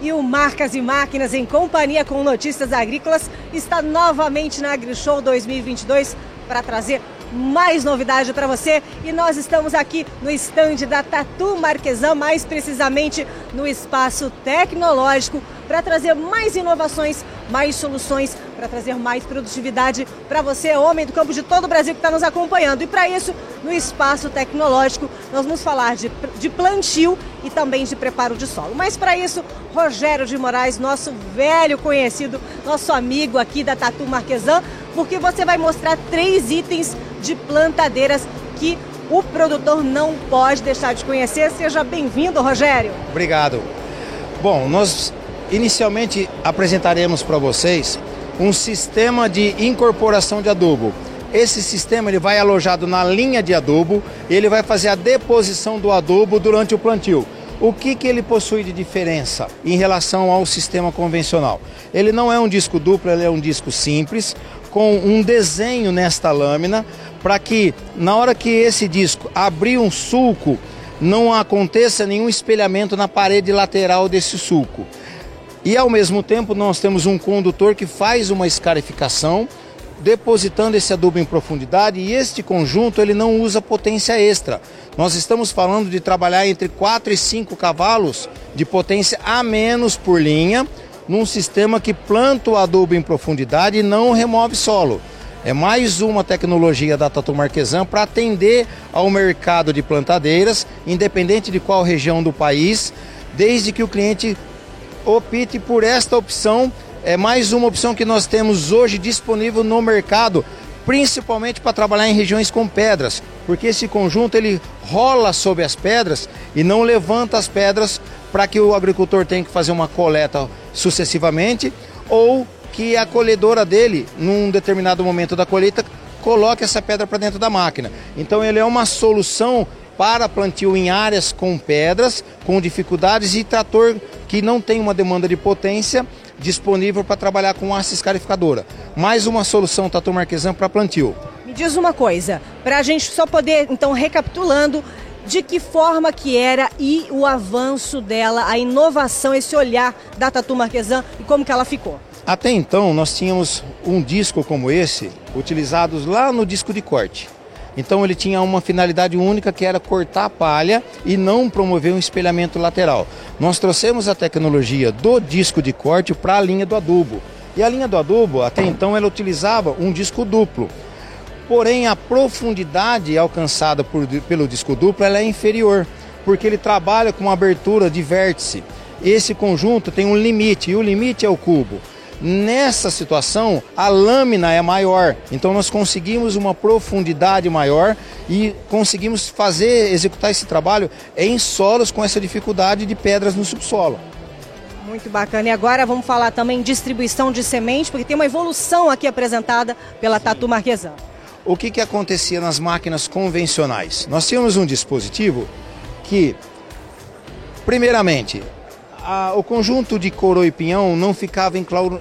E o Marcas e Máquinas, em companhia com Notícias Agrícolas, está novamente na AgriShow 2022 para trazer mais novidade para você. E nós estamos aqui no estande da Tatu Marquesan, mais precisamente no espaço tecnológico, para trazer mais inovações, mais soluções, para trazer mais produtividade para você, homem do campo de todo o Brasil que está nos acompanhando. E para isso, no espaço tecnológico, nós vamos falar de plantio e também de preparo de solo. Mas para isso, Rogério de Moraes, nosso velho conhecido, nosso amigo aqui da Tatu Marquesan, porque você vai mostrar 3 itens de plantadeiras que o produtor não pode deixar de conhecer. Seja bem-vindo, Rogério. Obrigado. Bom, nós inicialmente apresentaremos para vocês um sistema de incorporação de adubo. Esse sistema ele vai alojado na linha de adubo, ele vai fazer a deposição do adubo durante o plantio. O que ele possui de diferença em relação ao sistema convencional? Ele não é um disco duplo, ele é um disco simples, com um desenho nesta lâmina, para que na hora que esse disco abrir um sulco, não aconteça nenhum espelhamento na parede lateral desse sulco. E ao mesmo tempo nós temos um condutor que faz uma escarificação, depositando esse adubo em profundidade, e este conjunto ele não usa potência extra. Nós estamos falando de trabalhar entre 4 e 5 cavalos de potência a menos por linha, num sistema que planta o adubo em profundidade e não remove solo. É mais uma tecnologia da Tatu Marquesan para atender ao mercado de plantadeiras, independente de qual região do país, desde que o cliente opte por esta opção. É mais uma opção que nós temos hoje disponível no mercado, principalmente para trabalhar em regiões com pedras, porque esse conjunto ele rola sobre as pedras e não levanta as pedras para que o agricultor tenha que fazer uma coleta sucessivamente, ou que a colhedora dele, num determinado momento da colheita, coloque essa pedra para dentro da máquina. Então ele é uma solução para plantio em áreas com pedras, com dificuldades, e trator que não tem uma demanda de potência disponível para trabalhar com haste escarificadora. Mais uma solução Tatu Marquesan para plantio. Me diz uma coisa, para a gente só poder, então, recapitulando, de que forma que era e o avanço dela, a inovação, esse olhar da Tatu Marquesan e como que ela ficou. Até então nós tínhamos um disco como esse, utilizados lá no disco de corte. Então ele tinha uma finalidade única, que era cortar a palha e não promover um espelhamento lateral. Nós trouxemos a tecnologia do disco de corte para a linha do adubo. E a linha do adubo, até então, ela utilizava um disco duplo. Porém, a profundidade alcançada pelo disco duplo ela é inferior, porque ele trabalha com uma abertura de vértice. Esse conjunto tem um limite, e o limite é o cubo. Nessa situação, a lâmina é maior, então nós conseguimos uma profundidade maior e conseguimos executar esse trabalho em solos com essa dificuldade de pedras no subsolo. Muito bacana. E agora vamos falar também em distribuição de semente, porque tem uma evolução aqui apresentada pela Tatu Marquesan. O que acontecia nas máquinas convencionais? Nós tínhamos um dispositivo que, primeiramente, o conjunto de coroa e pinhão não ficava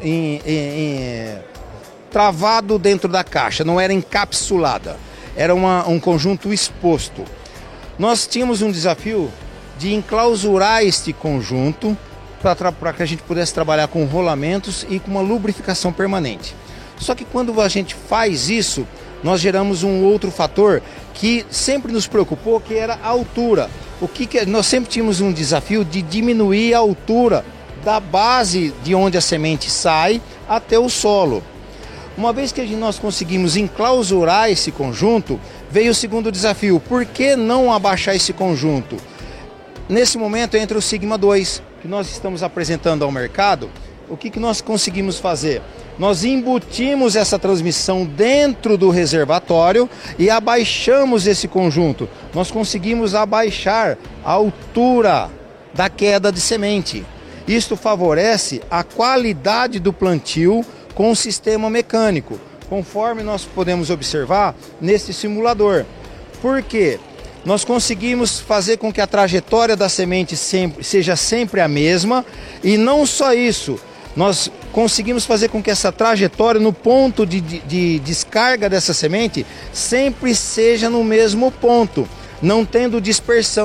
travado dentro da caixa, não era encapsulada, era um conjunto exposto. Nós tínhamos um desafio de enclausurar este conjunto para que a gente pudesse trabalhar com rolamentos e com uma lubrificação permanente. Só que quando a gente faz isso, nós geramos um outro fator que sempre nos preocupou, que era a altura. Nós sempre tínhamos um desafio de diminuir a altura da base de onde a semente sai até o solo. Uma vez que nós conseguimos enclausurar esse conjunto, veio o segundo desafio. Por que não abaixar esse conjunto? Nesse momento, entre o Sigma 2, que nós estamos apresentando ao mercado, o que nós conseguimos fazer? Nós embutimos essa transmissão dentro do reservatório e abaixamos esse conjunto. Nós conseguimos abaixar a altura da queda de semente. Isto favorece a qualidade do plantio com o sistema mecânico, conforme nós podemos observar nesse simulador. Por quê? Nós conseguimos fazer com que a trajetória da semente seja sempre a mesma, e não só isso, nós conseguimos fazer com que essa trajetória no ponto de descarga dessa semente sempre seja no mesmo ponto, não tendo dispersão.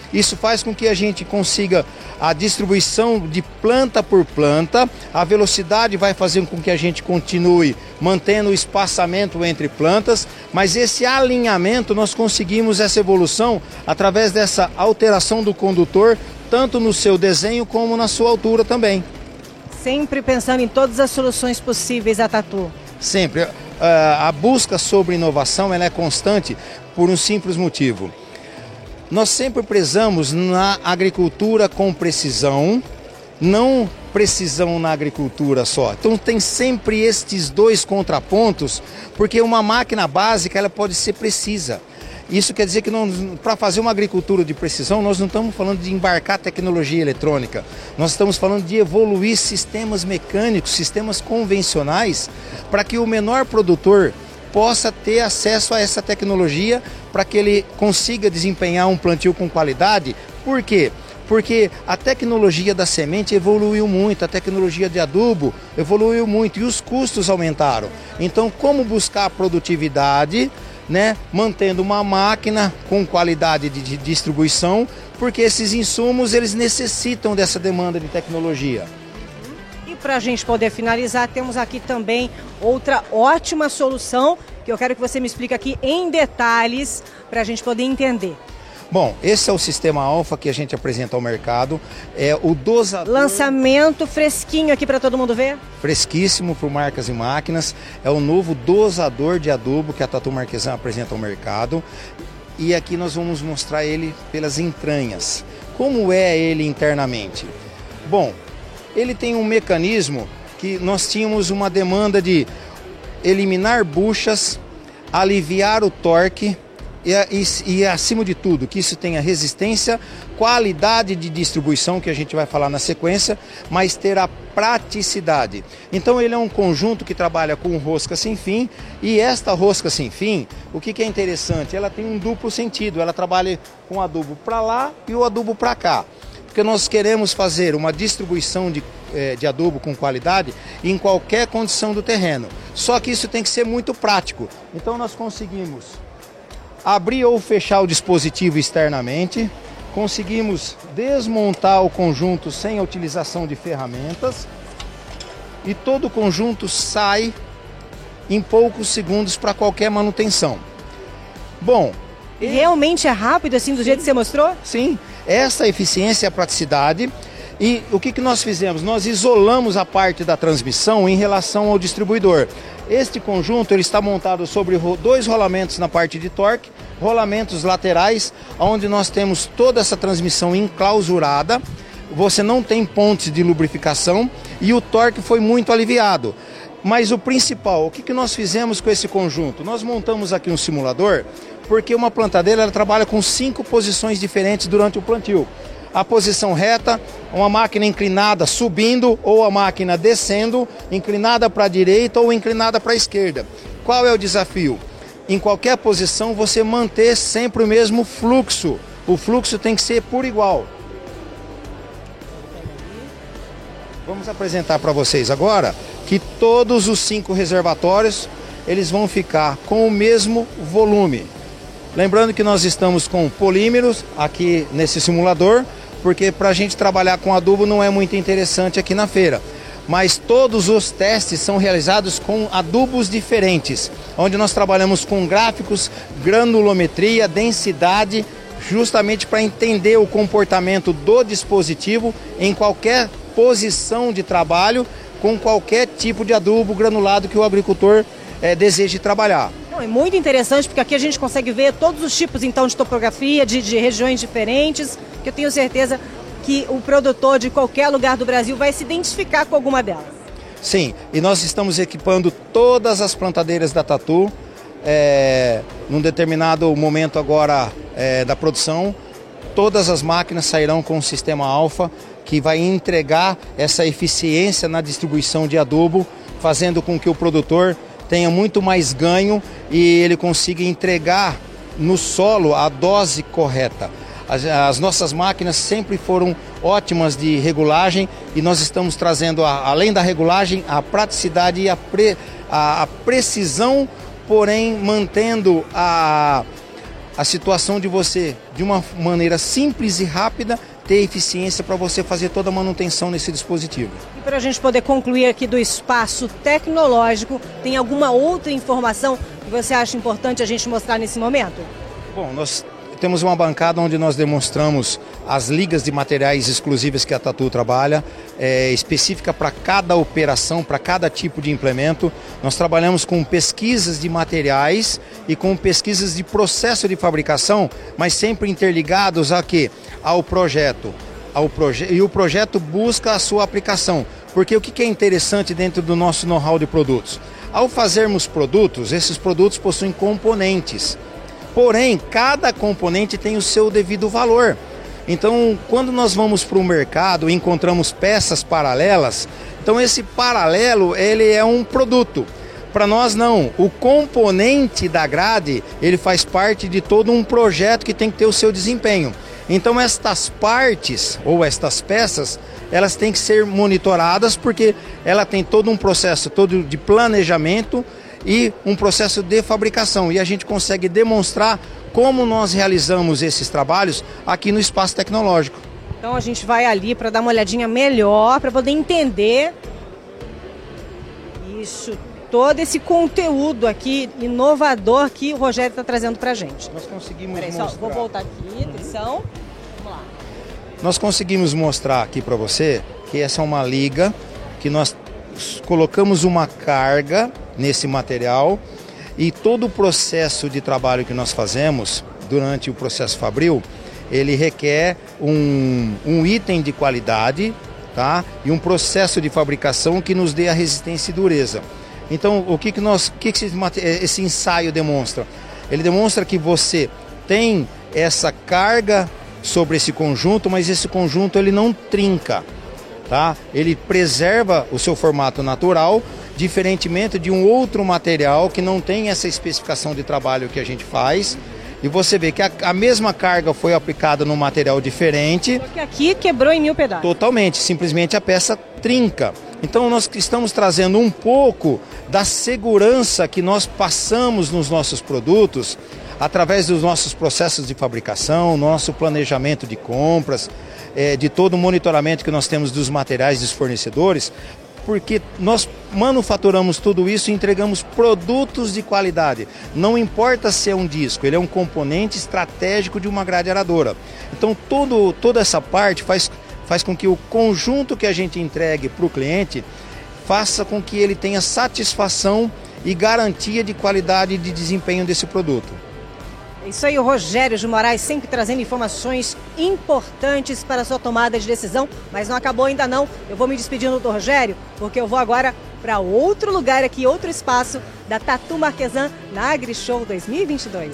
Isso faz com que a gente consiga a distribuição de planta por planta, a velocidade vai fazer com que a gente continue mantendo o espaçamento entre plantas, mas esse alinhamento nós conseguimos essa evolução através dessa alteração do condutor, tanto no seu desenho como na sua altura também. Sempre pensando em todas as soluções possíveis a Tatu. Sempre. A busca sobre inovação ela é constante por um simples motivo. Nós sempre prezamos na agricultura com precisão, não precisão na agricultura só. Então tem sempre estes dois contrapontos, porque uma máquina básica ela pode ser precisa. Isso quer dizer que para fazer uma agricultura de precisão, nós não estamos falando de embarcar tecnologia eletrônica. Nós estamos falando de evoluir sistemas mecânicos, sistemas convencionais, para que o menor produtor possa ter acesso a essa tecnologia, para que ele consiga desempenhar um plantio com qualidade. Por quê? Porque a tecnologia da semente evoluiu muito, a tecnologia de adubo evoluiu muito e os custos aumentaram. Então, como buscar produtividade, né, mantendo uma máquina com qualidade de distribuição, porque esses insumos eles necessitam dessa demanda de tecnologia. E para a gente poder finalizar, temos aqui também outra ótima solução, que eu quero que você me explique aqui em detalhes, para a gente poder entender. Bom, esse é o sistema Alfa que a gente apresenta ao mercado, é o dosador... Lançamento fresquinho aqui para todo mundo ver? Fresquíssimo por marcas e máquinas, é o novo dosador de adubo que a Tatu Marquesan apresenta ao mercado. E aqui nós vamos mostrar ele pelas entranhas. Como é ele internamente? Bom, ele tem um mecanismo que nós tínhamos uma demanda de eliminar buchas, aliviar o torque, e acima de tudo, que isso tenha resistência, qualidade de distribuição, que a gente vai falar na sequência, mas ter a praticidade. Então ele é um conjunto que trabalha com rosca sem fim, e esta rosca sem fim, o que é interessante? Ela tem um duplo sentido, ela trabalha com o adubo para lá e o adubo para cá. Porque nós queremos fazer uma distribuição de adubo com qualidade em qualquer condição do terreno. Só que isso tem que ser muito prático. Então nós conseguimos abrir ou fechar o dispositivo externamente, conseguimos desmontar o conjunto sem a utilização de ferramentas e todo o conjunto sai em poucos segundos para qualquer manutenção. Bom, realmente é rápido assim do jeito que você mostrou? Sim, essa eficiência e a praticidade. E o que nós fizemos? Nós isolamos a parte da transmissão em relação ao distribuidor. Este conjunto ele está montado sobre dois rolamentos na parte de torque, rolamentos laterais, onde nós temos toda essa transmissão enclausurada. Você não tem pontes de lubrificação e o torque foi muito aliviado. Mas o principal, o que nós fizemos com esse conjunto? Nós montamos aqui um simulador, porque uma plantadeira ela trabalha com 5 posições diferentes durante o plantio. A posição reta, uma máquina inclinada subindo ou a máquina descendo, inclinada para a direita ou inclinada para a esquerda. Qual é o desafio? Em qualquer posição você manter sempre o mesmo fluxo. O fluxo tem que ser por igual. Vamos apresentar para vocês agora que todos os 5 reservatórios eles vão ficar com o mesmo volume. Lembrando que nós estamos com polímeros aqui nesse simulador, porque para a gente trabalhar com adubo não é muito interessante aqui na feira. Mas todos os testes são realizados com adubos diferentes, onde nós trabalhamos com gráficos, granulometria, densidade, justamente para entender o comportamento do dispositivo em qualquer posição de trabalho, com qualquer tipo de adubo granulado que o agricultor deseje trabalhar. É muito interessante, porque aqui a gente consegue ver todos os tipos então de topografia, de regiões diferentes, que eu tenho certeza que o produtor de qualquer lugar do Brasil vai se identificar com alguma delas. Sim, e nós estamos equipando todas as plantadeiras da Tatu, num determinado momento agora da produção, todas as máquinas sairão com o sistema Alfa, que vai entregar essa eficiência na distribuição de adubo, fazendo com que o produtor tenha muito mais ganho e ele consiga entregar no solo a dose correta. As nossas máquinas sempre foram ótimas de regulagem e nós estamos trazendo, além da regulagem, a praticidade e a precisão, porém mantendo a situação de você, de uma maneira simples e rápida, ter eficiência para você fazer toda a manutenção nesse dispositivo. E para a gente poder concluir aqui do espaço tecnológico, tem alguma outra informação que você acha importante a gente mostrar nesse momento? Bom, nós temos uma bancada onde nós demonstramos as ligas de materiais exclusivas que a Tatu trabalha, específica para cada operação, para cada tipo de implemento. Nós trabalhamos com pesquisas de materiais e com pesquisas de processo de fabricação, mas sempre interligados a quê? Ao projeto. E o projeto busca a sua aplicação. Porque o que é interessante dentro do nosso know-how de produtos? Ao fazermos produtos, esses produtos possuem componentes. Porém, cada componente tem o seu devido valor. Então, quando nós vamos para o mercado e encontramos peças paralelas, então esse paralelo ele é um produto. Para nós não, o componente da grade ele faz parte de todo um projeto que tem que ter o seu desempenho. Então estas partes ou estas peças, elas têm que ser monitoradas porque ela tem todo um processo todo de planejamento e um processo de fabricação. E a gente consegue demonstrar como nós realizamos esses trabalhos aqui no espaço tecnológico. Então a gente vai ali para dar uma olhadinha melhor, para poder entender isso, todo esse conteúdo aqui inovador que o Rogério está trazendo para a gente. Nós conseguimos mostrar. Vou voltar aqui, atenção. Vamos lá. Nós conseguimos mostrar aqui para você que essa é uma liga que nós colocamos uma carga nesse material e todo o processo de trabalho que nós fazemos durante o processo fabril, ele requer um item de qualidade, tá? E um processo de fabricação que nos dê a resistência e dureza. Então, o que esse ensaio demonstra? Ele demonstra que você tem essa carga sobre esse conjunto, mas esse conjunto ele não trinca, tá? Ele preserva o seu formato natural, diferentemente de um outro material que não tem essa especificação de trabalho que a gente faz. E você vê que a mesma carga foi aplicada num material diferente. Porque aqui quebrou em 1000 pedaços. Totalmente, simplesmente a peça trinca. Então nós estamos trazendo um pouco da segurança que nós passamos nos nossos produtos através dos nossos processos de fabricação, nosso planejamento de compras, de todo o monitoramento que nós temos dos materiais dos fornecedores, porque nós manufaturamos tudo isso e entregamos produtos de qualidade. Não importa se é um disco, ele é um componente estratégico de uma grade aradora. Então toda essa parte faz com que o conjunto que a gente entregue para o cliente faça com que ele tenha satisfação e garantia de qualidade e de desempenho desse produto. Isso aí, o Rogério de Moraes sempre trazendo informações importantes para a sua tomada de decisão, mas não acabou ainda não. Eu vou me despedindo do Rogério, porque eu vou agora para outro lugar aqui, outro espaço da Tatu Marquesan na AgriShow 2022.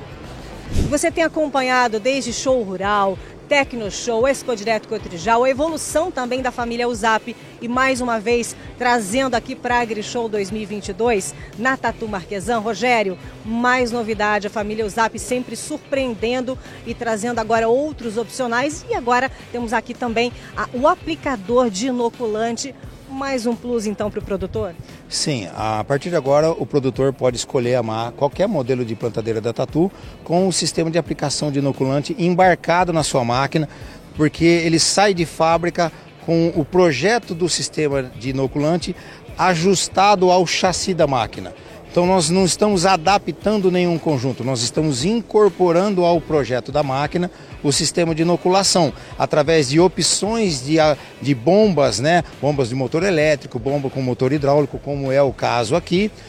Você tem acompanhado desde show rural, Tecnoshow, Expo Direto Cotrijal, a evolução também da família USAP e mais uma vez trazendo aqui para a AgriShow 2022 na Tatu Marquesan. Rogério, mais novidade, a família USAP sempre surpreendendo e trazendo agora outros opcionais e agora temos aqui também o aplicador de inoculante. Mais um plus então para o produtor? Sim, a partir de agora o produtor pode escolher qualquer modelo de plantadeira da Tatu com o sistema de aplicação de inoculante embarcado na sua máquina, porque ele sai de fábrica com o projeto do sistema de inoculante ajustado ao chassi da máquina. Então nós não estamos adaptando nenhum conjunto, nós estamos incorporando ao projeto da máquina o sistema de inoculação, através de opções de bombas, né? Bombas de motor elétrico, bomba com motor hidráulico, como é o caso aqui,